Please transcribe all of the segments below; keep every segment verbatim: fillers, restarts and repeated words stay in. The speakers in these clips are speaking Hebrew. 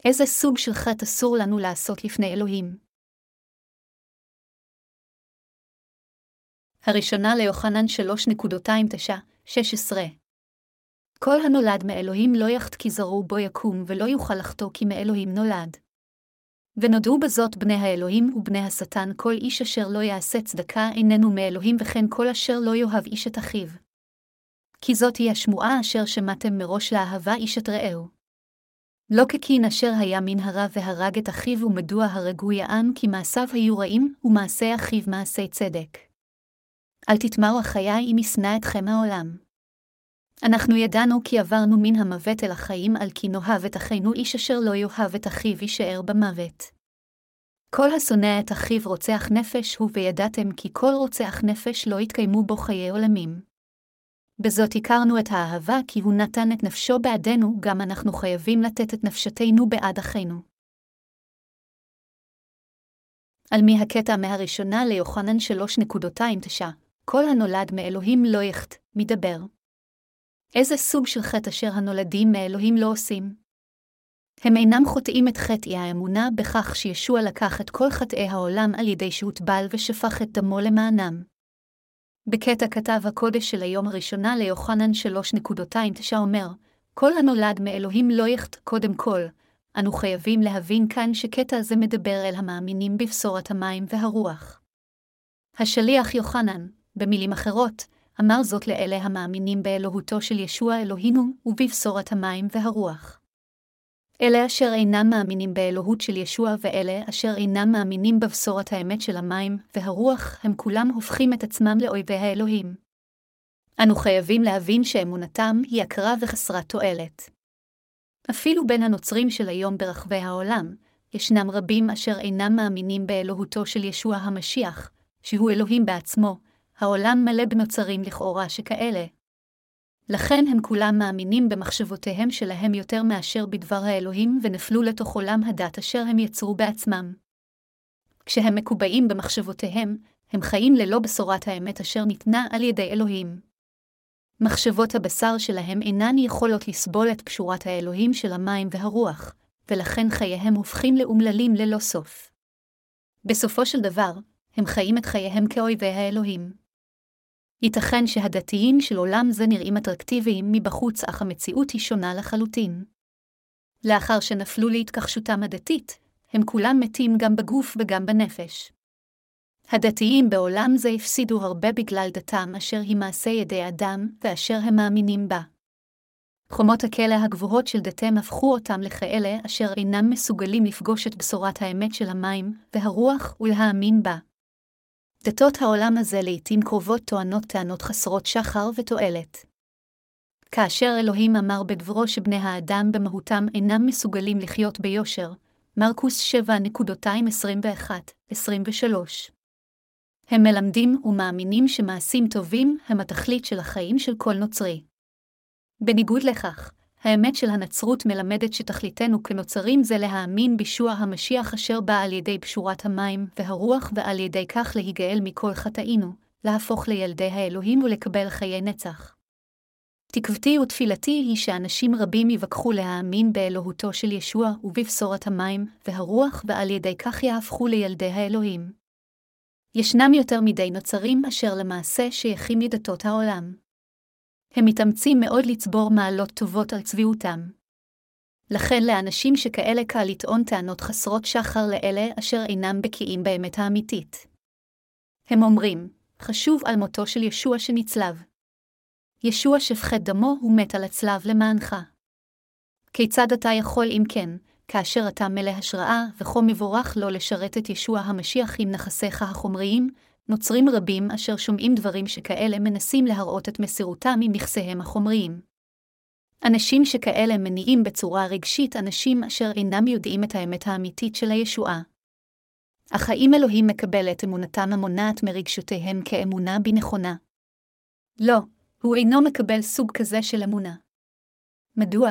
איזה סוג של חטא אסור לנו לעשות לפני אלוהים? הראשונה ליוחנן שלוש תשע שש עשרה. כל הנולד מאלוהים לא יחט כי זרעו בו יקום, ולא יוכל לחטוא כי מאלוהים נולד. ונודעו בזאת בני האלוהים ובני השטן, כל איש אשר לא יעשה צדקה איננו מאלוהים, וכן כל אשר לא יאהב איש את אחיו. כי זאת היא השמועה אשר שמעתם מראש, לאהבה איש את רעהו. לא כקין אשר היה מנהרה והרג את אחיו, ומדוע הרגו יען, כי מעשיו היו רעים, ומעשה אחיו מעשי צדק. אל תטמעו החיי אם ישנא אתכם העולם. אנחנו ידענו כי עברנו מן המוות אל החיים, על כי נאהב את אחינו, איש אשר לא יאהב את אחיו יישאר במוות. כל השונא את אחיו רוצח נפש הוא, וידעתם כי כל רוצח נפש לא יתקיימו בו חיי עולמים. בזאת הכרנו את האהבה, כי הוא נתן את נפשו בעדנו, גם אנחנו חייבים לתת את נפשתנו בעד אחינו. על מי הקטע מהראשונה ליוחנן שלוש תשע, כל הנולד מאלוהים לא יחט, מדבר. איזה סוג של חטא אשר הנולדים מאלוהים לא עושים? הם אינם חוטאים את חטאי האמונה בכך שישוע לקח את כל חטאי העולם על ידי שהוטבל ושפך את דמו למענם. בקטע כתב הקודש של היום הראשונה ליוחנן שלוש תשע אומר, כל הנולד מאלוהים לא יחט. קודם כל, אנו חייבים להבין כאן שקטע זה מדבר אל המאמינים בבשורת המים והרוח. השליח יוחנן, במילים אחרות, אמר זאת לאלה המאמינים באלוהותו של ישוע אלוהינו ובבשורת המים והרוח. אלה אשר אינם מאמינים באלוהות של ישוע ואלה אשר אינם מאמינים בבשורת האמת של המים והרוח, הם כולם הופכים את עצמם לאויבי האלוהים. אנו חייבים להבין שאמונתם היא עקרה וחסרת תועלת. אפילו בין הנוצרים של היום ברחבי העולם, ישנם רבים אשר אינם מאמינים באלוהותו של ישוע המשיח, שהוא אלוהים בעצמו. העולם מלא בנוצרים לכאורה שכאלה. לכן הם כולם מאמינים במחשבותיהם שלהם יותר מאשר בדבר האלוהים, ונפלו לתוך עולם הדת אשר הם יצרו בעצמם. כשהם מקובעים במחשבותיהם, הם חיים ללא בשורת האמת אשר ניתנה על ידי אלוהים. מחשבות הבשר שלהם אינן יכולות לסבול את פשורת האלוהים של המים והרוח, ולכן חייהם הופכים לאומללים ללא סוף. בסופו של דבר, הם חיים את חייהם כאויבי האלוהים. ייתכן שהדתיים של עולם זה נראים אטרקטיביים מבחוץ, אך המציאות היא שונה לחלוטין. לאחר שנפלו להתכחשותם הדתית, הם כולם מתים גם בגוף וגם בנפש. הדתיים בעולם זה הפסידו הרבה בגלל דתם אשר היא מעשה ידי אדם ואשר הם מאמינים בה. חומות הכלא הגבוהות של דתם הפכו אותם לכאלה אשר אינם מסוגלים לפגוש את בשורת האמת של המים והרוח ולהאמין בה. דתות העולם הזה לעתים קרובות טוענות טענות חסרות שחר ותועלת. כאשר אלוהים אמר בדברו שבני האדם במהותם אינם מסוגלים לחיות ביושר, מרקוס שבע עשרים ואחת עשרים ושלוש. הם מלמדים ומאמינים שמעשים טובים הם התכלית של החיים של כל נוצרי. בניגוד לכך, האמת של הנצרות מלמדת שתכליתנו כנוצרים זה להאמין בישוע המשיח אשר בא על ידי פשורת המים והרוח, ועל ידי כך להיגאל מכל חטאינו, להפוך לילדי האלוהים ולקבל חיי נצח. תקוותי ותפילתי היא שאנשים רבים יבקחו להאמין באלוהותו של ישוע ובבשורת המים והרוח, ועל ידי כך יהפכו לילדי האלוהים. ישנם יותר מדי נוצרים אשר למעשה שייכים לדתות העולם. הם מתאמצים מאוד לצבור מעלות טובות על צביעותם. לכן לאנשים שכאלה קל לטעון טענות חסרות שחר לאלה אשר אינם בקיאים באמת האמיתית. הם אומרים, חשוב על מותו של ישוע שנצלב. ישוע שפך דמו ומת על הצלב למענך. כיצד אתה יכול אם כן, כאשר אתה מלא השראה וכה מבורך לא לשרת את ישוע המשיח עם נכסיך החומריים? נוצרים רבים אשר שומעים דברים שכאלה מנסים להראות את מסירותם עם נכסיהם החומריים. אנשים שכאלה מניעים בצורה רגשית אנשים אשר אינם יודעים את האמת האמיתית של הישועה. אך האם אלוהים מקבל את אמונתם המונעת מרגשותיהם כאמונה בנכונה? לא, הוא אינו מקבל סוג כזה של אמונה. מדוע?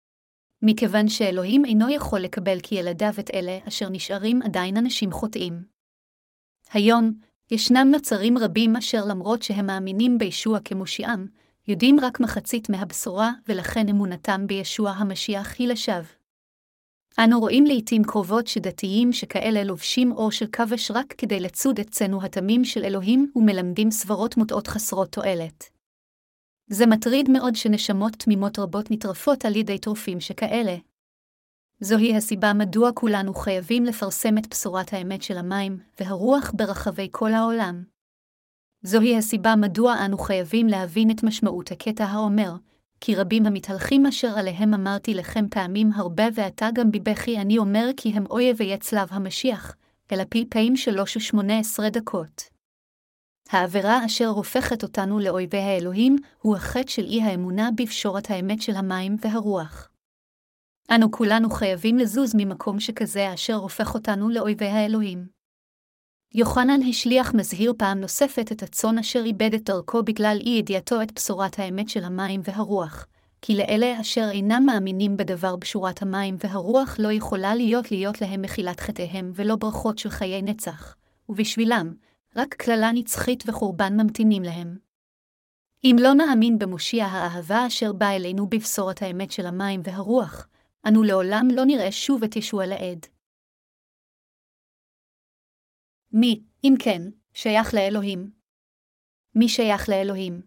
מכיוון שאלוהים אינו יכול לקבל כי ילדיו את אלה אשר נשארים עדיין אנשים חוטאים. היום, ישנם נוצרים רבים אשר למרות שהם מאמינים בישוע כמושיעם, יודעים רק מחצית מהבשורה ולכן אמונתם בישוע המשיח היא לשווא. אנו רואים לעתים קרובות שדתיים שכאלה לובשים אור של כבש רק כדי לצוד את צאנו התמים של אלוהים ומלמדים סברות מוטעות חסרות תועלת. זה מטריד מאוד שנשמות תמימות רבות נטרפות על ידי טורפים שכאלה. זוהי הסיבה מדוע כולנו חייבים לפרסם את בשורת האמת של המים והרוח ברחבי כל העולם. זוהי הסיבה מדוע אנו חייבים להבין את משמעות הקטע האומר, כי רבים המתהלכים אשר עליהם אמרתי לכם פעמים הרבה ועתה גם בבכי אני אומר כי הם אויבי צלב המשיח, אלא פי פעמים שלוש ושמונה עשרה דקות. העבירה אשר הופכת אותנו לאויבי האלוהים הוא החטא של אי האמונה בפשורת האמת של המים והרוח. אנו כולנו חייבים לזוז ממקום שכזה אשר הופך אותנו לאויבי האלוהים. יוחנן השליח מזהיר פעם נוספת את הצאן אשר איבד את דרכו בגלל אי ידיעתו את בשורת האמת של המים והרוח, כי לאלה אשר אינם מאמינים בדבר בשורת המים והרוח לא יכולה להיות להיות להם מחילת חטאיהם ולא ברכות של חיי נצח, ובשבילם, רק כללה נצחית וחורבן ממתינים להם. אם לא נאמין במושיע האהבה אשר בא אלינו בבשורת האמת של המים והרוח, אנו לעולם לא נראה שוב את ישוע לעד. מי, אם כן, שייך לאלוהים? מי שייך לאלוהים?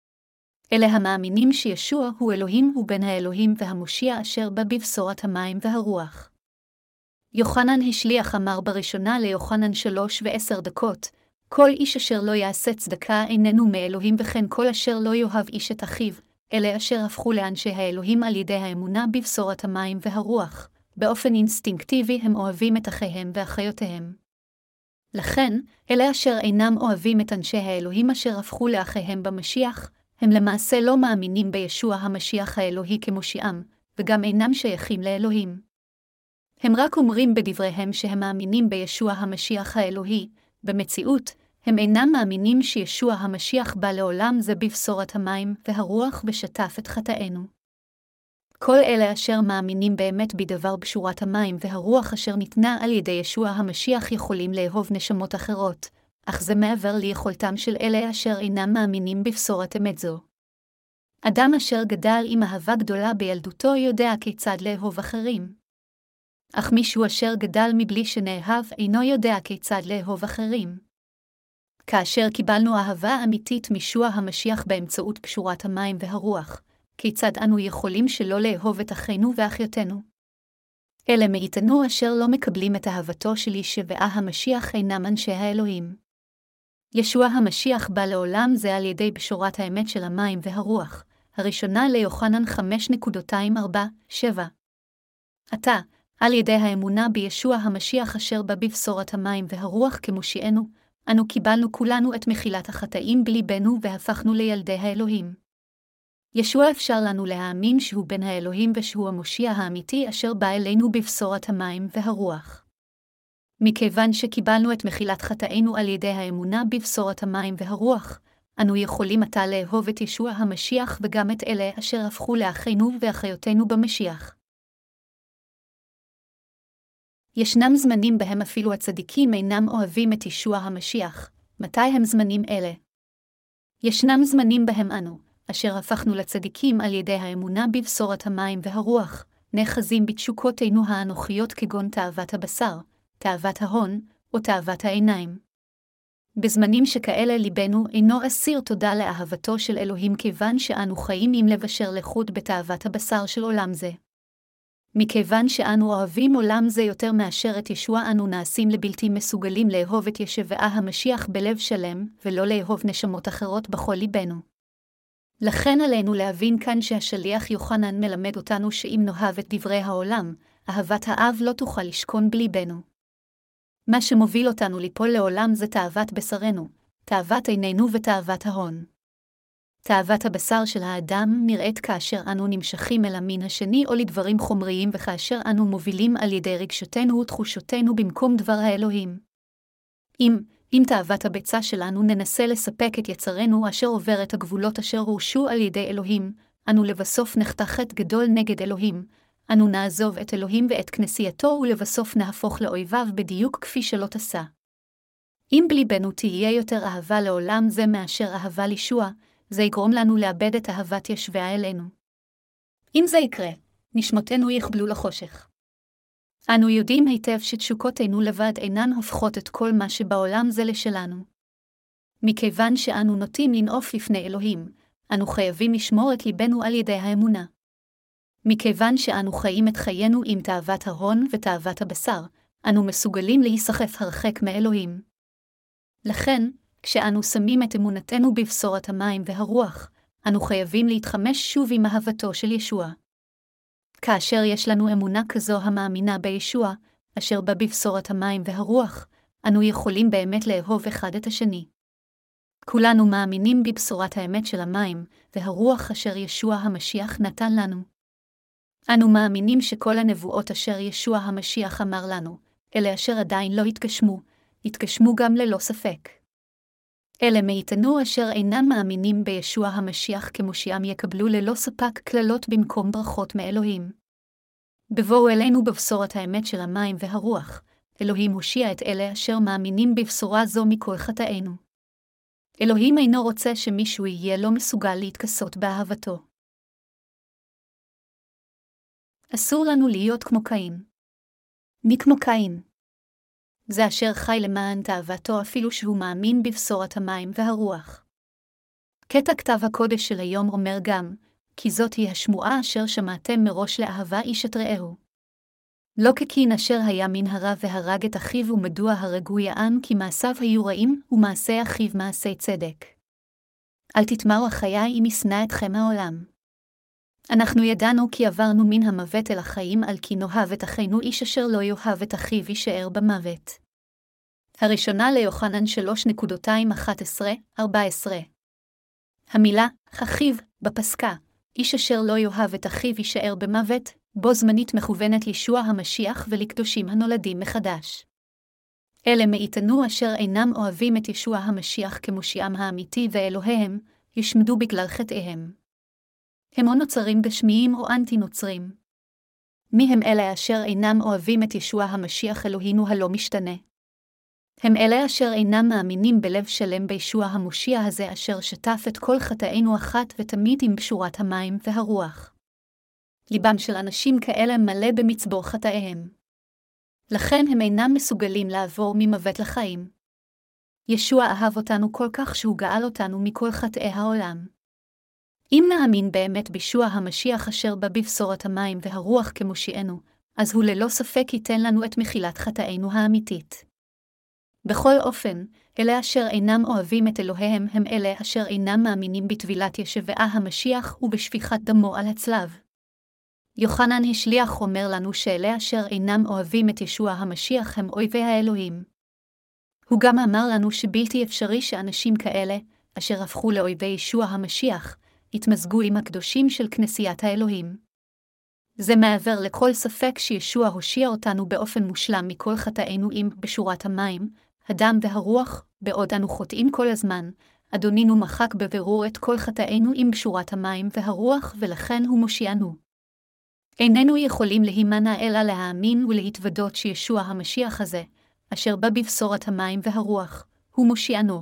אלה המאמינים שישוע הוא אלוהים ובן האלוהים והמושיע אשר בא בבשורת המים והרוח. יוחנן השליח אמר בראשונה ליוחנן שלוש ועשר דקות, כל איש אשר לא יעשה צדקה איננו מאלוהים וכן כל אשר לא יאהב איש את אחיו, אלה אשר הפכו לאנשי האלוהים על ידי האמונה בבשורת המים והרוח, באופן אינסטינקטיבי הם אוהבים את אחיהם ואחיותיהם. לכן, אלה אשר אינם אוהבים את אנשי האלוהים אשר הפכו לאחיהם במשיח, הם למעשה לא מאמינים בישוע המשיח האלוהי כמושיעם, וגם אינם שייכים לאלוהים. הם רק אומרים בדבריהם שהם מאמינים בישוע המשיח האלוהי, במציאות, הם אינם מאמינים שישוע המשיח בא לעולם זה בבשורת המים והרוח ושטף את חטאינו. כל אלה אשר מאמינים באמת בדבר בשורת המים והרוח אשר ניתנה על ידי ישוע המשיח יכולים לאהוב נשמות אחרות, אך זה מעבר ליכולתם של אלה אשר אינם מאמינים בבשורת אמת זו. אדם אשר גדל עם אהבה גדולה בילדותו יודע כיצד לאהוב אחרים. אך מישהו אשר גדל מבלי שנאהב אינו יודע כיצד לאהוב אחרים. כאשר קיבלנו אהבה אמיתית מישוע המשיח באמצעות בשורת המים והרוח, כיצד אנו יכולים שלא לאהוב את אחינו ואחיותינו? אלה מאיתנו אשר לא מקבלים את אהבתו של ישוע המשיח אינם אנשי האלוהים. ישוע המשיח בא לעולם זה על ידי בשורת האמת של המים והרוח, הראשונה ליוחנן חמש ארבע שבע. עתה, על ידי האמונה בישוע המשיח אשר בא בבשורת המים והרוח כמושיענו, אנו קיבלנו כולנו את מחילת החטאים בליבנו והפכנו לילדי האלוהים. ישוע אפשר לנו להאמין שהוא בן האלוהים ושהוא המושיע האמיתי אשר בא אלינו בבשורת המים והרוח. מכיוון שקיבלנו את מחילת חטאינו על ידי האמונה בבשורת המים והרוח, אנו יכולים עתה לאהוב את ישוע המשיח וגם את אלה אשר הפכו לאחינו ואחיותינו במשיח. ישנם זמנים בהם אפילו הצדיקים אינם אוהבים את ישוע המשיח. מתי הם זמנים אלה? ישנם זמנים בהם אנו, אשר הפכנו לצדיקים על ידי האמונה בבשורת המים והרוח, נאחזים בתשוקותינו האנוכיות כגון תאוות הבשר, תאוות ההון, או תאוות העיניים. בזמנים שכאלה ליבנו אינו אסיר תודה לאהבתו של אלוהים כיוון שאנו חיים עם לב אשר לחוד בתאוות הבשר של עולם זה. מכיוון שאנו אוהבים עולם זה יותר מאשר את ישוע אנו נעשים לבלתי מסוגלים לאהוב את ישוע המשיח בלב שלם, ולא לאהוב נשמות אחרות בכל ליבנו. לכן עלינו להבין כאן שהשליח יוחנן מלמד אותנו שאם נאהב את דברי העולם, אהבת האב לא תוכל לשכון בליבנו. מה שמוביל אותנו ליפול לעולם זה תאוות בשרנו, תאוות עינינו ותאוות ההון. תאוות הבשר של האדם נראית כאשר אנו נמשכים אל המין השני או לדברים חומריים וכאשר אנו מובילים על ידי רגשותינו ותחושותינו במקום דבר האלוהים. אם, אם תאוות הביצה שלנו ננסה לספק את יצרנו אשר עובר את הגבולות אשר הורשו על ידי אלוהים, אנו לבסוף נחטא חטא גדול נגד אלוהים, אנו נעזוב את אלוהים ואת כנסייתו ולבסוף נהפוך לאויביו בדיוק כפי שלא תעשה. אם בליבנו תהיה יותר אהבה לעולם זה מאשר אהבה לישוע, זה יגרום לנו לאבד את אהבת ישוע אלינו. אם זה יקרה, נשמותינו יכבלו לחושך. אנו יודעים היטב שתשוקותינו לבד אינן הופכות את כל מה שבעולם זה לשלנו. מכיוון שאנו נוטים לנאוף לפני אלוהים, אנו חייבים לשמור את ליבנו על ידי האמונה. מכיוון שאנו חיים את חיינו עם תאוות ההון ותאוות הבשר, אנו מסוגלים להיסחף הרחק מאלוהים. לכן, כשאנו שמים את אמונתנו בבשורת המים והרוח, אנו חייבים להתחמש שוב עם אהבתו של ישוע. כאשר יש לנו אמונה כזו המאמינה בישוע, אשר בא בבשורת המים והרוח, אנו יכולים באמת לאהוב אחד את השני. כולנו מאמינים בבשורת האמת של המים והרוח אשר ישוע המשיח נתן לנו. אנו מאמינים שכל הנבואות אשר ישוע המשיח אמר לנו, אלה אשר עדיין לא התגשמו, התגשמו גם ללא ספק. אלה מאיתנו אשר אינם מאמינים בישוע המשיח כמושיעם יקבלו ללא ספק כללות במקום ברכות מאלוהים. בבואו אלינו בבשורת האמת של המים והרוח, אלוהים הושיע את אלה אשר מאמינים בבשורה זו מכל חטאינו. אלוהים אינו רוצה שמישהו יהיה לא מסוגל להתכסות באהבתו. אסור לנו להיות כמו קין. מי כמו קין? זה אשר חי למען תאוותו אפילו שהוא מאמין בבשורת המים והרוח. קטע כתב הקודש של היום אומר גם, כי זאת היא השמועה אשר שמעתם מראש לאהבה איש את רעהו. לא כקין אשר היה מנהרה והרג את אחיו ומדוע הרגו יען כי מעשיו היו רעים ומעשי אחיו מעשי צדק. אל תתמרו החיי אם ישנא אתכם העולם. אנחנו ידענו כי עברנו מן המוות אל החיים על כי נאהב את אחינו איש אשר לא יאהב את אחיו יישאר במוות. הראשונה ליוחנן שלוש אחת עשרה ארבע עשרה. המילה אחיו בפסקה, איש אשר לא יאהב את אחיו יישאר במוות, בו זמנית מכוונת לישוע המשיח ולקדושים הנולדים מחדש. אלה מאיתנו אשר אינם אוהבים את ישוע המשיח כמושיעם האמיתי ואלוהיהם, ישמדו בגלל חטאיהם. הם או נוצרים גשמיים או אנטי-נוצרים. מי הם אלה אשר אינם אוהבים את ישוע המשיח אלוהינו הלא משתנה? הם אלה אשר אינם מאמינים בלב שלם בישוע המושיע הזה אשר שטף את כל חטאינו אחת ותמיד עם בשורת המים והרוח. ליבם של אנשים כאלה מלא במצבור חטאיהם. לכן הם אינם מסוגלים לעבור ממוות לחיים. ישוע אהב אותנו כל כך שהוא גאל אותנו מכל חטאי העולם. אם נאמין באמת בישוע המשיח אשר בא בבשורת המים והרוח כמושיענו, אז הוא ללא ספק ייתן לנו את מחילת חטאינו האמיתית. בכל אופן, אלה אשר אינם אוהבים את אלוהיהם הם אלה אשר אינם מאמינים בטבילת ישוע המשיח ובשפיכת דמו על הצלב. יוחנן השליח אומר לנו שאלה אשר אינם אוהבים את ישוע המשיח הם אויבי האלוהים. הוא גם אמר לנו שבלתי אפשרי שאנשים כאלה, אשר הפכו לאויבי ישוע המשיח, התמזגו עם הקדושים של כנסיית האלוהים. זה מעבר לכל ספק שישוע הושיע אותנו באופן מושלם מכל חטאינו עם בשורת המים, הדם והרוח, בעוד אנו חוטאים כל הזמן, אדונינו מחק בבירור את כל חטאינו עם בשורת המים והרוח ולכן הוא מושיענו. איננו יכולים להימנע אלא להאמין ולהתוודות שישוע המשיח הזה, אשר בא בבשורת המים והרוח, הוא מושיענו.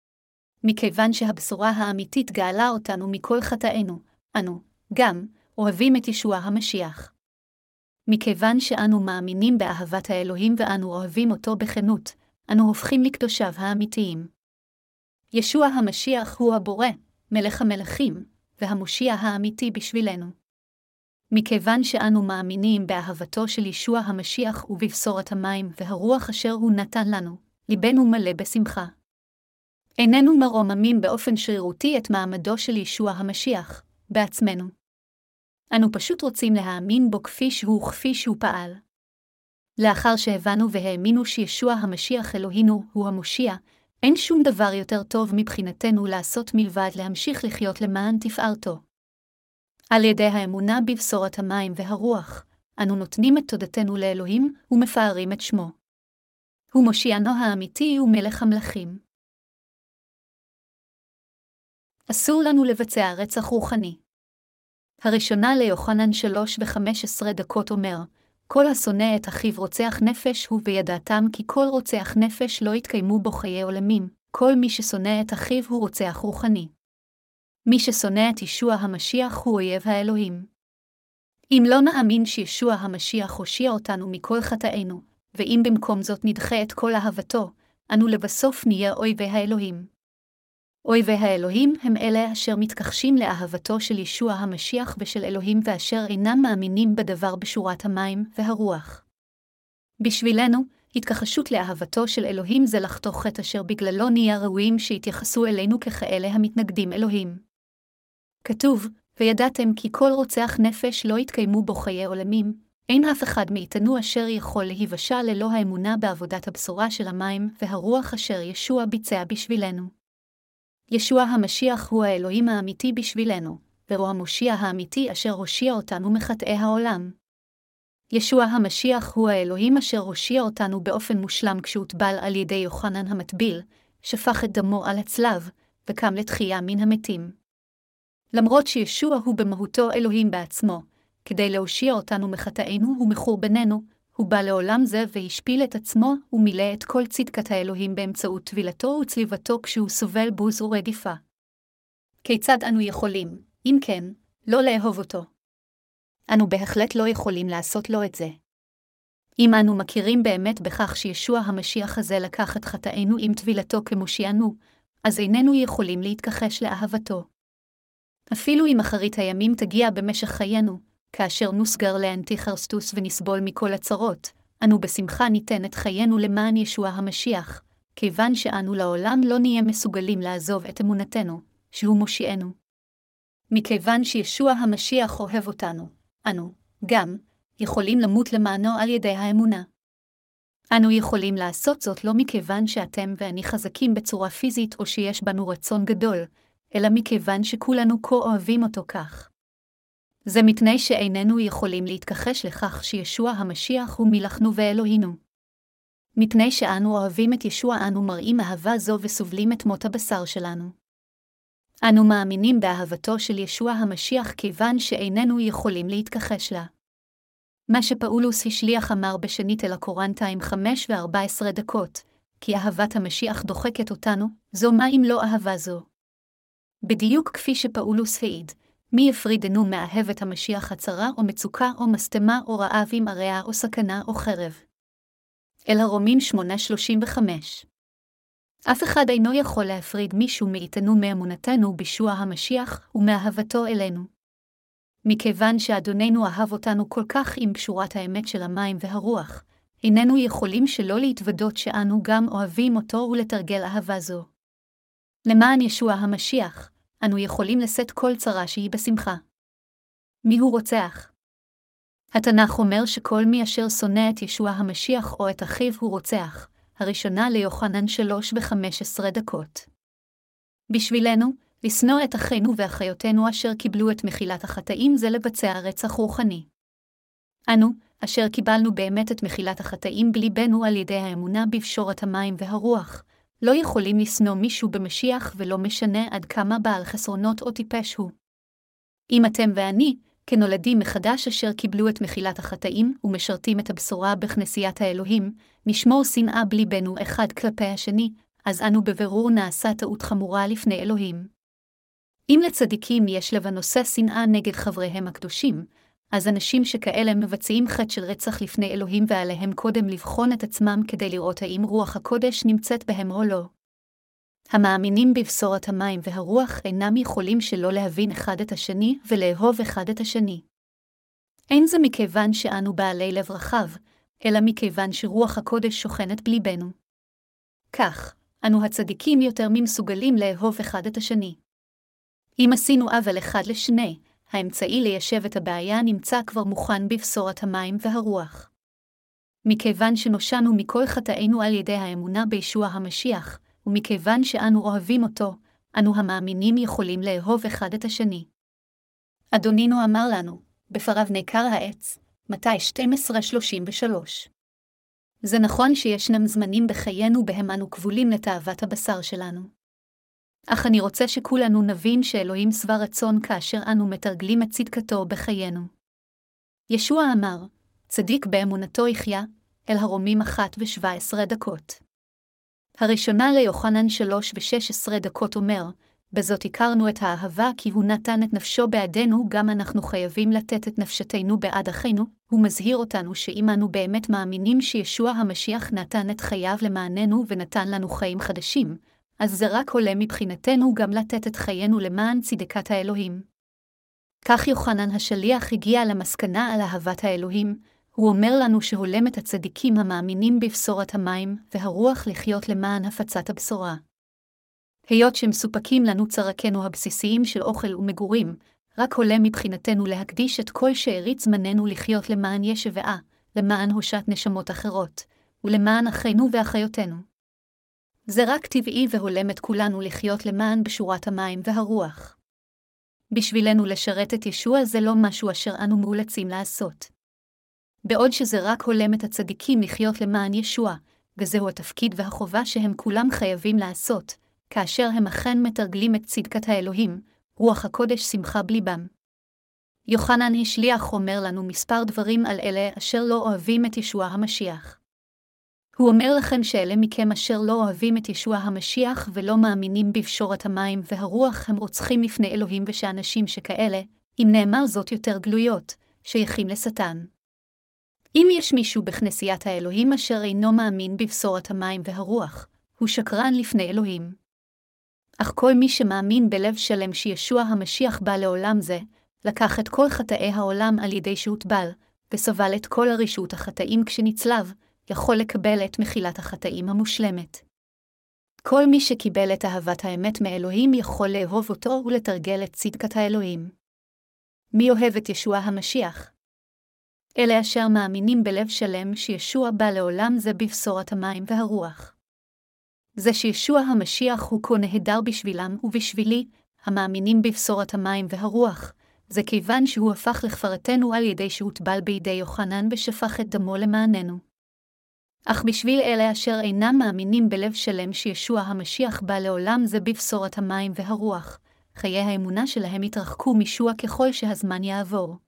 מכיוון שהבשורה האמיתית גאלה אותנו מכל חטאינו, אנו, גם, אוהבים את ישוע המשיח. מכיוון שאנו מאמינים באהבת האלוהים ואנו אוהבים אותו בכנות, אנו הופכים לקדושיו האמיתיים. ישוע המשיח הוא הבורא, מלך המלכים, והמושיע האמיתי בשבילנו. מכיוון שאנו מאמינים באהבתו של ישוע המשיח ובבשורת המים והרוח אשר הוא נתן לנו, ליבנו מלא בשמחה. איננו מרוממים באופן שרירותי את מעמדו של ישוע המשיח, בעצמנו. אנו פשוט רוצים להאמין בו כפי שהוא וכפי שהוא פעל. לאחר שהבנו והאמינו שישוע המשיח אלוהינו הוא המושיע, אין שום דבר יותר טוב מבחינתנו לעשות מלבד להמשיך לחיות למען תפארתו. על ידי האמונה בבשורת המים והרוח, אנו נותנים את תודתנו לאלוהים ומפארים את שמו. הוא מושיענו האמיתי ומלך המלכים. אסור לנו לבצע רצח רוחני. הראשונה ליוחנן שלוש וחמש עשרה דקות אומר, כל השונא את אחיו רוצח נפש הוא בידעתם כי כל רוצח נפש לא יתקיימו בו חיי עולמים, כל מי ששונא את אחיו הוא רוצח רוחני. מי ששונא את ישוע המשיח הוא אויב האלוהים. אם לא נאמין שישוע המשיח הושיע אותנו מכל חטאינו, ואם במקום זאת נדחה את כל אהבתו, אנו לבסוף נהיה אויבי האלוהים. אויבי האלוהים הם אלה אשר מתכחשים לאהבתו של ישוע המשיח ושל אלוהים ואשר אינם מאמינים בדבר בשורת המים והרוח. בשבילנו, התכחשות לאהבתו של אלוהים זה לחטוא חטא אשר בגללו נהיה ראויים שיתייחסו אלינו ככאלה המתנגדים אלוהים. כתוב, וידעתם כי כל רוצח נפש לא יתקיימו בו חיי עולמים, אין אף אחד מאיתנו אשר יכול להיוושע ללא האמונה בעבודת הבשורה של המים והרוח אשר ישוע ביצע בשבילנו. ישוע המשיח הוא האלוהים האמיתי בשבילנו, והוא המושיע האמיתי אשר הושיע אותנו מחטאי העולם. ישוע המשיח הוא האלוהים אשר הושיע אותנו באופן מושלם כשהוטבל על ידי יוחנן המטביל, שפך את דמו על הצלב, וקם לתחייה מן המתים. למרות שישוע הוא במהותו אלוהים בעצמו, כדי להושיע אותנו מחטאינו ומחורבננו, הוא בא לעולם זה והשפיל את עצמו ומילא את כל צדקת האלוהים באמצעות טבילתו וצליבתו כשהוא סובל בוז ורדיפה. כיצד אנו יכולים, אם כן, לא לאהוב אותו? אנו בהחלט לא יכולים לעשות לו את זה. אם אנו מכירים באמת בכך שישוע המשיח הזה לקח את חטאינו עם טבילתו כמושיענו, אז איננו יכולים להתכחש לאהבתו. אפילו אם אחרית הימים תגיע במשך חיינו, כאשר נוסגר לאנטיכריסטוס ונסבול מכל הצרות, אנו בשמחה ניתן את חיינו למען ישוע המשיח, כיוון שאנו לעולם לא נהיה מסוגלים לעזוב את אמונתנו, שהוא מושיענו. מכיוון שישוע המשיח אוהב אותנו, אנו, גם, יכולים למות למענו על ידי האמונה. אנו יכולים לעשות זאת לא מכיוון שאתם ואני חזקים בצורה פיזית או שיש בנו רצון גדול, אלא מכיוון שכולנו כה אוהבים אותו כך. זה מפני שאיננו יכולים להתכחש לכך שישוע המשיח הוא מלכנו ואלוהינו. מפני שאנו אוהבים את ישוע אנו מראים אהבה זו וסובלים את מות הבשר שלנו. אנו מאמינים באהבתו של ישוע המשיח כיוון שאיננו יכולים להתכחש לה. מה שפאולוס השליח אמר בשנית אל הקורינתיים חמש וארבע עשרה דקות, כי אהבת המשיח דוחקת אותנו, זו מה אם לא אהבה זו. בדיוק כפי שפאולוס העיד, מי יפרידנו מאהבת המשיח הצרה או מצוקה או מסתמה או רעב עם עריה או סכנה או חרב. אל הרומים שמונה שלושים וחמש. אף אחד אינו יכול להפריד מישהו מאיתנו מאמונתנו בישוע המשיח ומאהבתו אלינו. מכיוון שאדוננו אהב אותנו כל כך עם פשורת האמת של המים והרוח, איננו יכולים שלא להתוודות שאנו גם אוהבים אותו ולתרגל אהבה זו. למען ישוע המשיח, אנו יכולים לשאת כל צרה שהיא בשמחה. מי הוא רוצח? התנ"ך אומר שכל מי אשר שונא את ישוע המשיח או את אחיו הוא רוצח, הראשונה ליוחנן שלוש וחמש עשרה דקות. בשבילנו, לשנוא את אחינו ואחיותינו אשר קיבלו את מחילת החטאים זה לבצע רצח רוחני. אנו, אשר קיבלנו באמת את מחילת החטאים בליבנו על ידי האמונה בפשורת המים והרוח, לא יכולים לשנוא מישהו במשיח ולא משנה עד כמה בעל חסרונות או טיפש הוא. אם אתם ואני, כנולדים מחדש אשר קיבלו את מחילת החטאים ומשרתים את הבשורה בכנסיית האלוהים, נשמור שנאה בליבנו אחד כלפי השני, אז אנו בבירור נעשה טעות חמורה לפני אלוהים. אם לצדיקים יש לב הנושא שנאה נגד חבריהם הקדושים, אז אנשים שכאלה מבצעים חטא של רצח לפני אלוהים ועליהם קודם לבחון את עצמם כדי לראות האם רוח הקודש נמצאת בהם או לא. המאמינים בבשורת המים והרוח אינם יכולים שלא להבין אחד את השני ולאהוב אחד את השני. אין זה מכיוון שאנו בעלי לב רחב, אלא מכיוון שרוח הקודש שוכנת בליבנו. כך, אנו הצדיקים יותר ממסוגלים לאהוב אחד את השני. אם עשינו עוול אחד לשני, האמצעי ליישב את הבעיה נמצא כבר מוכן בבשורת המים והרוח. מכיוון שנושענו מכל חטאינו על ידי האמונה בישוע המשיח, ומכיוון שאנו אוהבים אותו, אנו המאמינים יכולים לאהוב אחד את השני. אדונינו אמר לנו, בפריו נעקר העץ, מתי שתים עשרה שלושים ושלוש. זה נכון שישנם זמנים בחיינו בהם אנו כבולים לתאוות הבשר שלנו. אך אני רוצה שכולנו נבין שאלוהים שבע רצון כאשר אנו מתרגלים את צדקתו בחיינו. ישוע אמר, צדיק באמונתו יחיה, אל הרומים אחת ושבע עשרה דקות. הראשונה ליוחנן שלוש ושש עשרה דקות אומר, בזאת הכרנו את האהבה כי הוא נתן את נפשו בעדנו, גם אנחנו חייבים לתת את נפשתנו בעד אחינו. הוא מזהיר אותנו שאם אנו באמת מאמינים שישוע המשיח נתן את חייו למעננו ונתן לנו חיים חדשים, אז זה רק עולה מבחינתנו גם לתת את חיינו למען צדקת האלוהים. כך יוחנן השליח הגיע למסקנה על אהבת האלוהים. הוא אומר לנו שהולם את הצדיקים המאמינים בבשורת המים והרוח לחיות למען הפצת הבשורה. היות שמסופקים לנו צרכנו הבסיסיים של אוכל ומגורים, רק הולם מבחינתנו להקדיש את כל שארית זמננו לחיות למען ישבעה, למען הושעת נשמות אחרות, ולמען אחינו ואחיותינו. זה רק טבעי והולם את כולנו לחיות למען בשורת המים והרוח. בשבילנו לשרת את ישוע זה לא משהו אשר אנו מאולצים לעשות. בעוד שזה רק הולם את הצדיקים לחיות למען ישוע, וזהו התפקיד והחובה שהם כולם חייבים לעשות, כאשר הם אכן מתרגלים את צדקת האלוהים, רוח הקודש שמחה בליבם. יוחנן השליח אומר לנו מספר דברים על אלה אשר לא אוהבים את ישוע המשיח. הוא אומר לכם שאלה מכם אשר לא אוהבים את ישוע המשיח ולא מאמינים בבשורת המים והרוח הם רוצחים לפני אלוהים, ושאנשים שכאלה, אם נאמר זאת יותר גלויות, שייכים לשטן. אם יש מישהו בכנסיית האלוהים אשר אינו מאמין בבשורת המים והרוח, הוא שקרן לפני אלוהים. אך כל מי שמאמין בלב שלם שישוע המשיח בא לעולם זה, לקח את כל חטאי העולם על ידי שהוטבל, וסבל את כל הרשעות החטאים כשנצלב, יכול לקבל את מחילת החטאים המושלמת. כל מי שקיבל את אהבת האמת מאלוהים יכול לאהוב אותו ולתרגל את צדקת האלוהים. מי אוהב את ישוע המשיח? אלה אשר מאמינים בלב שלם שישוע בא לעולם זה בבשורת המים והרוח. זה שישוע המשיח הוא כה נהדר בשבילם ובשבילי, המאמינים בבשורת המים והרוח, זה כיוון שהוא הפך לכפרתנו על ידי שהוטבל בידי יוחנן ושפך את דמו למעננו. אך בשביל אלה אשר אינם מאמינים בלב שלם שישוע המשיח בא לעולם זה בבשורת המים והרוח, חיי האמונה שלהם יתרחקו מישוע ככל שהזמן יעבור.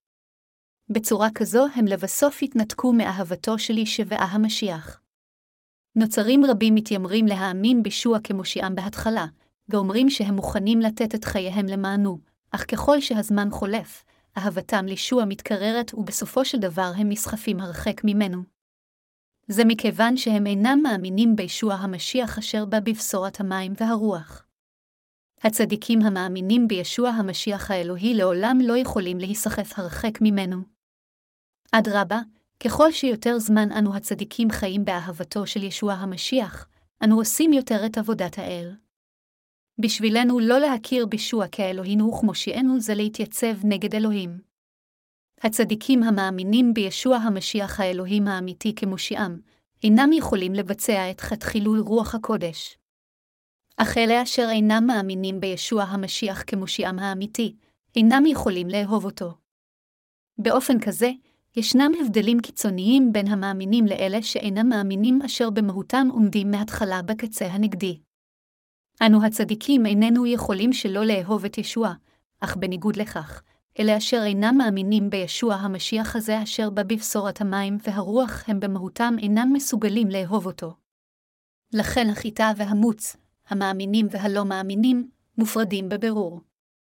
בצורה כזו הם לבסוף יתנתקו מאהבתו של ישוע המשיח. נוצרים רבים מתיימרים להאמין בישוע כמושיעם בהתחלה, ואומרים שהם מוכנים לתת את חייהם למענו, אך ככל שהזמן חולף, אהבתם לישוע מתקררת ובסופו של דבר הם נסחפים הרחק ממנו. זה מכיוון שהם אינם מאמינים בישוע המשיח אשר בא בבשורת המים והרוח. הצדיקים המאמינים בישוע המשיח האלוהי לעולם לא יכולים להיסחף הרחק ממנו. אדרבה, ככל שיותר זמן אנו הצדיקים חיים באהבתו של ישוע המשיח, אנו עושים יותר את עבודת האל. בשבילנו לא להכיר בישוע כאלוהינו וכמושיענו זה להתייצב נגד אלוהים. הצדיקים המאמינים בישוע המשיח האלוהים האמיתי כמושיעם, אינם יכולים לבצע את חטא חילול רוח הקודש. אך אלה אשר אינם מאמינים בישוע המשיח כמושיעם האמיתי, אינם יכולים לאהוב אותו. באופן כזה, ישנם הבדלים קיצוניים בין המאמינים לאלה שאינם מאמינים אשר במהותם עומדים מההתחלה בקצה הנגדי. אנו הצדיקים איננו יכולים שלא לאהוב את ישוע, אך בניגוד לכך, אלה אשר אינם מאמינים בישוע המשיח הזה אשר בא בבשורת המים והרוח הם במהותם אינם מסוגלים לאהוב אותו. לכן החיטה והמוץ, המאמינים והלא מאמינים, מופרדים בבירור.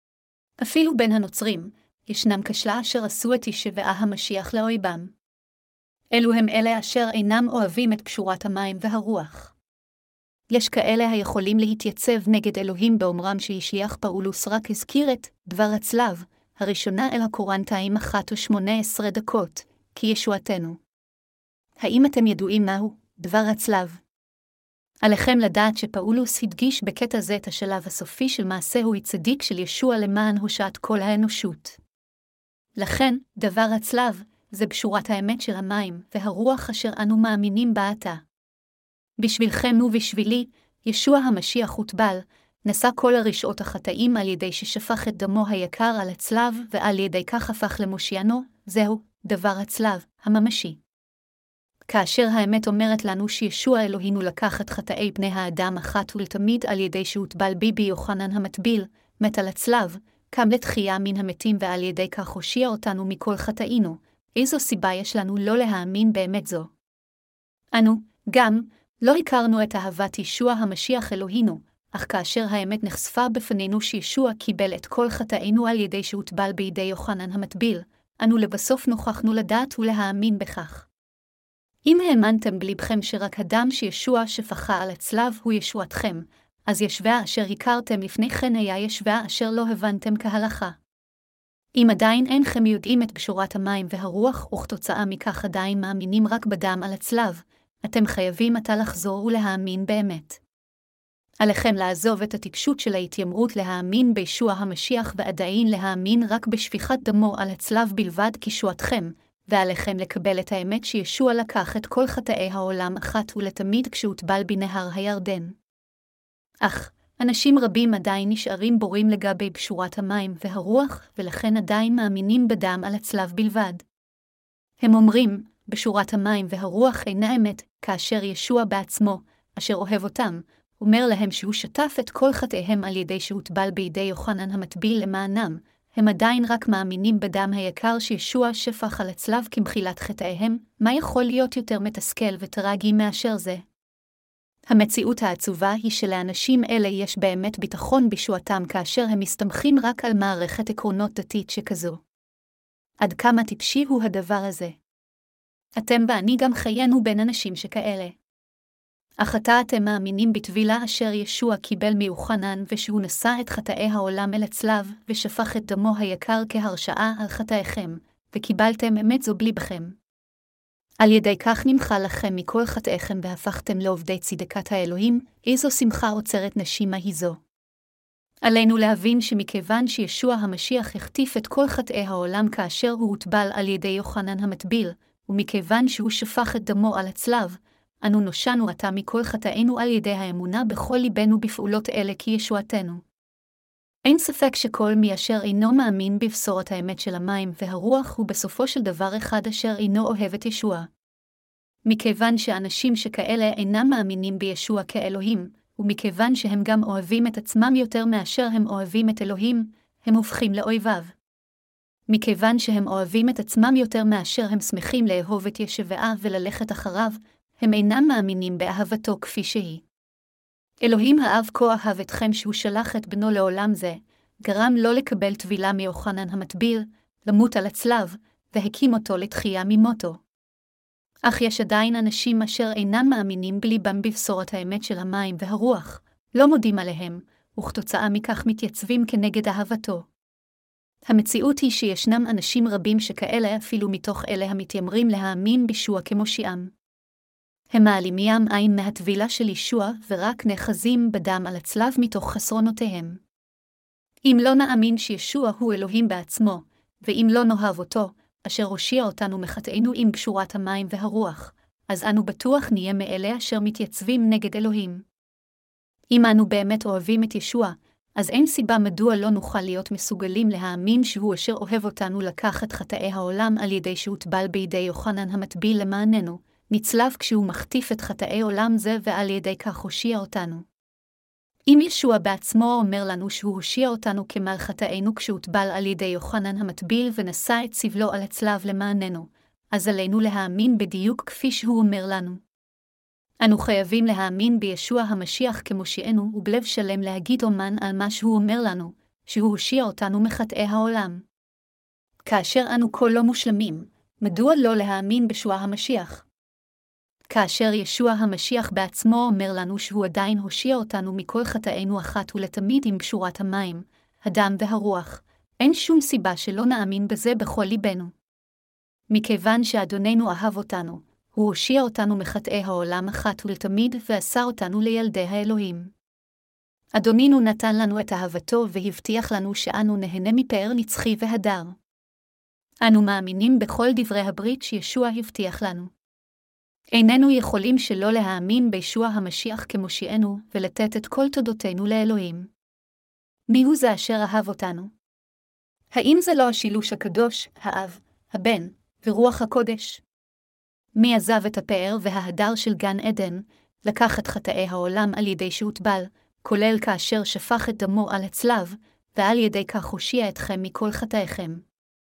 אפילו בין הנוצרים, ישנם כשלה אשר עשו את ישוע המשיח לאויבם. אלו הם אלה אשר אינם אוהבים את פשורת המים והרוח. יש כאלה היכולים להתייצב נגד אלוהים באומרם שישליח פאולוס רק הזכיר את דבר הצלב, הראשונה אל הקורינתיים אחת ושמונה עשרה דקות, כי ישועתנו. האם אתם ידועים מהו דבר הצלב? עליכם לדעת שפאולוס הדגיש בקטע זה את השלב הסופי של מעשהו הצדיק של ישוע למען הושעת כל האנושות. לכן, דבר הצלב, זה בשורת האמת של המים והרוח אשר אנו מאמינים בה עתה. בשבילכם ובשבילי, ישוע המשיח הוטבל, נשא כל הרשעות החטאים על ידי ששפך את דמו היקר על הצלב ועל ידי כך הפך למושיענו, זהו, דבר הצלב, הממשי. כאשר האמת אומרת לנו שישוע אלוהינו לקח את חטאי בני האדם אחת ולתמיד על ידי שהוטבל ביבי יוחנן המטביל, מת על הצלב, קם לתחייה מן המתים ועל ידי כך הושיע אותנו מכל חטאינו, איזו סיבה יש לנו לא להאמין באמת זו? אנו, גם, לא הכרנו את אהבת ישוע המשיח אלוהינו, אך כאשר האמת נחשפה בפנינו שישוע קיבל את כל חטאינו על ידי שהוטבל בידי יוחנן המטביל, אנו לבסוף נוכחנו לדעת ולהאמין בכך. אם האמנתם בלבכם שרק הדם שישוע שפכה על הצלב הוא ישועתכם, אז ישוע אשר הכרתם לפני כן היה ישוע אשר לא הבנתם כהלכה. אם עדיין אינכם יודעים את בשורת המים והרוח, וכתוצאה מכך עדיין מאמינים רק בדם על הצלב, אתם חייבים עתה לחזור ולהאמין באמת. עליכם לעזוב את הטיפשות של ההתיימרות להאמין בישוע המשיח ועדיין להאמין רק בשפיכת דמו על הצלב בלבד כישועתכם, ועליכם לקבל את האמת שישוע לקח את כל חטאי העולם אחת ולתמיד כשהוטבל בנהר הירדן. אך, אנשים רבים עדיין נשארים בורים לגבי בשורת המים והרוח, ולכן עדיין מאמינים בדם על הצלב בלבד. הם אומרים, בשורת המים והרוח אינה אמת, כאשר ישוע בעצמו, אשר אוהב אותם, אומר להם שהוא שטף את כל חטאיהם על ידי שהוטבל בידי יוחנן המטביל למענם, הם עדיין רק מאמינים בדם היקר שישוע שפך על הצלב כמחילת חטאיהם. מה יכול להיות יותר מתסכל וטרגי מאשר זה? המציאות העצובה היא שלאנשים אלה יש באמת ביטחון בישועתם כאשר הם מסתמכים רק על מערכת עקרונות דתית שכזו. עד כמה טיפשי הוא הדבר הזה? אתם ואני גם חיינו בין אנשים שכאלה. אך עתה אתם מאמינים בטבילה אשר ישוע קיבל מיוחנן ושהוא נשא את חטאי העולם אל הצלב ושפך את דמו היקר כהרשעה על חטאיכם, וקיבלתם אמת זו בליבכם. על ידי כך נמחה לכם מכל חטאיכם והפכתם לעובדי צדקת האלוהים. איזו שמחה עוצרת נשימה היא זו. עלינו להבין שמכיוון שישוע המשיח החטיף את כל חטאי העולם כאשר הוא הוטבל על ידי יוחנן המטביל, ומכיוון שהוא שפך את דמו על הצלב, אנו נושענו עתה מכל חטאינו על ידי האמונה בכל ליבנו בפעולות אלה כישועתנו. אין ספק שכל מי אשר אינו מאמין בבשורת האמת של המים והרוח הוא בסופו של דבר אחד אשר אינו אוהב את ישוע. מכיוון שאנשים שכאלה אינם מאמינים בישוע כאלוהים, ומכיוון שהם גם אוהבים את עצמם יותר מאשר הם אוהבים את אלוהים, הם הופכים לאויביו. מכיוון שהם אוהבים את עצמם יותר מאשר הם שמחים לאהוב את ישוע וללכת אחריו, הם אינם מאמינים באהבתו כפי שהיא. אלוהים האב כה אהב אתכם שהוא שלח את בנו לעולם זה, גרם לא לקבל טבילה מיוחנן המטביל, למות על הצלב, והקים אותו לתחייה ממותו. אך יש עדיין אנשים אשר אינם מאמינים בליבם בבשורת האמת של המים והרוח, לא מודים עליהם, וכתוצאה מכך מתייצבים כנגד אהבתו. המציאות היא שישנם אנשים רבים שכאלה אפילו מתוך אלה המתיימרים להאמין בישוע כמושיעם. הם מעלימים עין מהטבילה של ישוע ורק נאחזים בדם על הצלב מתוך חסרונותיהם. אם לא נאמין שישוע הוא אלוהים בעצמו, ואם לא נאהב אותו, אשר הושיע אותנו מחטאינו עם בשורת המים והרוח, אז אנו בטוח נהיה מאלה אשר מתייצבים נגד אלוהים. אם אנו באמת אוהבים את ישוע, אז אין סיבה מדוע לא נוכל להיות מסוגלים להאמין שהוא אשר אוהב אותנו לקח את חטאי העולם על ידי שהוטבל בידי יוחנן המטביל למעננו, נצלב כשהוא מחטיף את חטאי עולם זה ועל ידי כך הושיע אותנו. אם ישוע בעצמו אומר לנו שהוא הושיע אותנו כמל חטאינו כשהוטבל על ידי יוחנן המטביל ונשא את סבלו על הצלב למעננו, אז עלינו להאמין בדיוק כפי שהוא אומר לנו. אנו חייבים להאמין בישוע המשיח כמושיענו ובלב שלם להגיד אומן על מה שהוא אומר לנו, שהוא הושיע אותנו מחטאי העולם. כאשר אנו כה לא מושלמים, מדוע לא להאמין בישוע המשיח? כאשר ישוע המשיח בעצמו אומר לנו שהוא עדיין הושיע אותנו מכל חטאינו אחת ולתמיד עם בשורת המים, הדם והרוח, אין שום סיבה שלא נאמין בזה בכל ליבנו. מכיוון שאדוננו אהב אותנו, הוא הושיע אותנו מחטאי העולם אחת ולתמיד ועשה אותנו לילדי האלוהים. אדונינו נתן לנו את אהבתו והבטיח לנו שאנו נהנה מפאר נצחי והדר. אנו מאמינים בכל דברי הברית שישוע הבטיח לנו. איננו יכולים שלא להאמין בישוע המשיח כמושיענו ולתת את כל תודותינו לאלוהים. מיהו זה אשר אהב אותנו? האם זה לא השילוש הקדוש, האב, הבן ורוח הקודש? מי עזב את הפאר וההדר של גן עדן, לקח את חטאי העולם על ידי שהוטבל, כולל כאשר שפך את דמו על הצלב, ועל ידי כך הושיע אתכם מכל חטאיכם.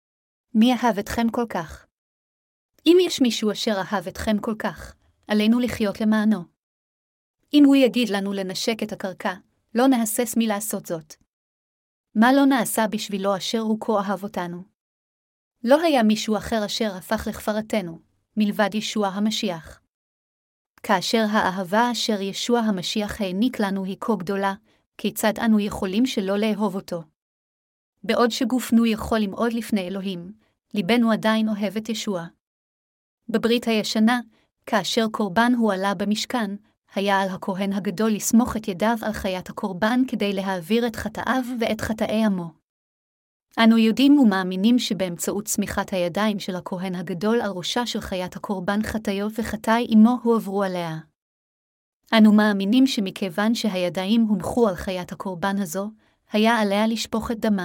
מי אהב אתכם כל כך? אם יש מישהו אשר אהב אתכם כל כך, עלינו לחיות למענו. אם הוא יגיד לנו לנשק את הקרקע, לא נהסס מלעשות זאת. מה לא נעשה בשבילו אשר הוא כה אהב אותנו? לא היה מישהו אחר אשר הפך לכפרתנו, מלבד ישוע המשיח. כאשר האהבה אשר ישוע המשיח העניק לנו היא כה גדולה, כיצד אנו יכולים שלא לאהוב אותו? בעוד שגופנו יכול למעוד לפני אלוהים, ליבנו עדיין אוהב את ישוע. בברית הישנה, כאשר קורבן הועלה במשכן, היה על הכהן הגדול לסמוך את ידיו על חיית הקורבן כדי להעביר את חטאיו ואת חטאי עמו. אנו יודעים ומאמינים שבאמצעות סמיכת הידיים של הכהן הגדול על ראשה של חיית הקורבן חטאיו וחטאי עמו הועברו עליה. אנו מאמינים שמכיוון שהידיים הונחו על חיית הקורבן הזו, היה עליה לשפוך את דמה.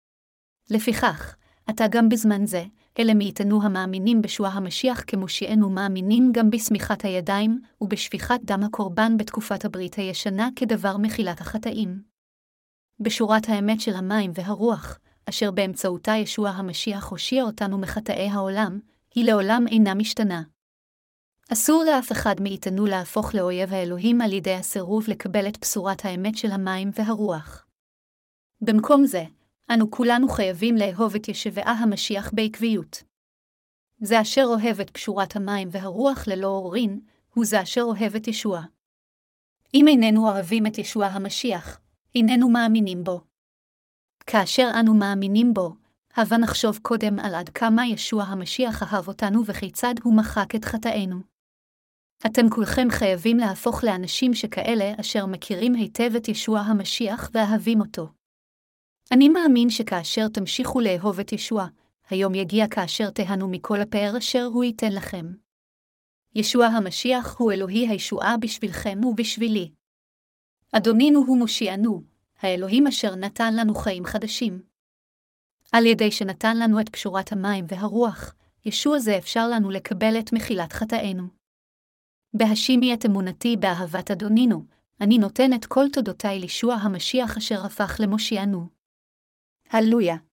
לפיכך, עתה גם בזמן זה, אלה מאיתנו המאמינים בישוע המשיח כמושיענו מאמינים גם בסמיכת הידיים ובשפיכת דם הקורבן בתקופת הברית הישנה כדבר מחילת החטאים. בשורת האמת של המים והרוח, אשר באמצעותה ישוע המשיח הושיע אותנו מחטאי העולם, היא לעולם אינה משתנה. אסור לאף אחד מאיתנו להפוך לאויב האלוהים על ידי הסירוב לקבל את בשורת האמת של המים והרוח. במקום זה, אנו כולנו חייבים לאהוב את ישוע המשיח בעקביות. זה אשר אוהב את בשורת המים והרוח ללא עוררין, הוא זה אשר אוהב את ישוע. אם איננו אוהבים את ישוע המשיח, איננו מאמינים בו. כאשר אנו מאמינים בו, הבה נחשוב קודם על עד כמה ישוע המשיח אהב אותנו וכיצד הוא מחק את חטאינו. אתם כולכם חייבים להפוך לאנשים שכאלה אשר מכירים היטב את ישוע המשיח ואהבים אותו. אני מאמין שכאשר תמשיכו לאהוב את ישוע, היום יגיע כאשר תהנו מכל הפאר אשר הוא ייתן לכם. ישוע המשיח הוא אלוהי הישועה בשבילכם ובשבילי. אדונינו הוא מושיענו, האלוהים אשר נתן לנו חיים חדשים. על ידי שנתן לנו את פשורת המים והרוח, ישוע זה אפשר לנו לקבל את מחילת חטאינו. בהשימי את אמונתי באהבת אדונינו, אני נותן את כל תודותיי לישוע המשיח אשר הפך למושיענו. הללויה.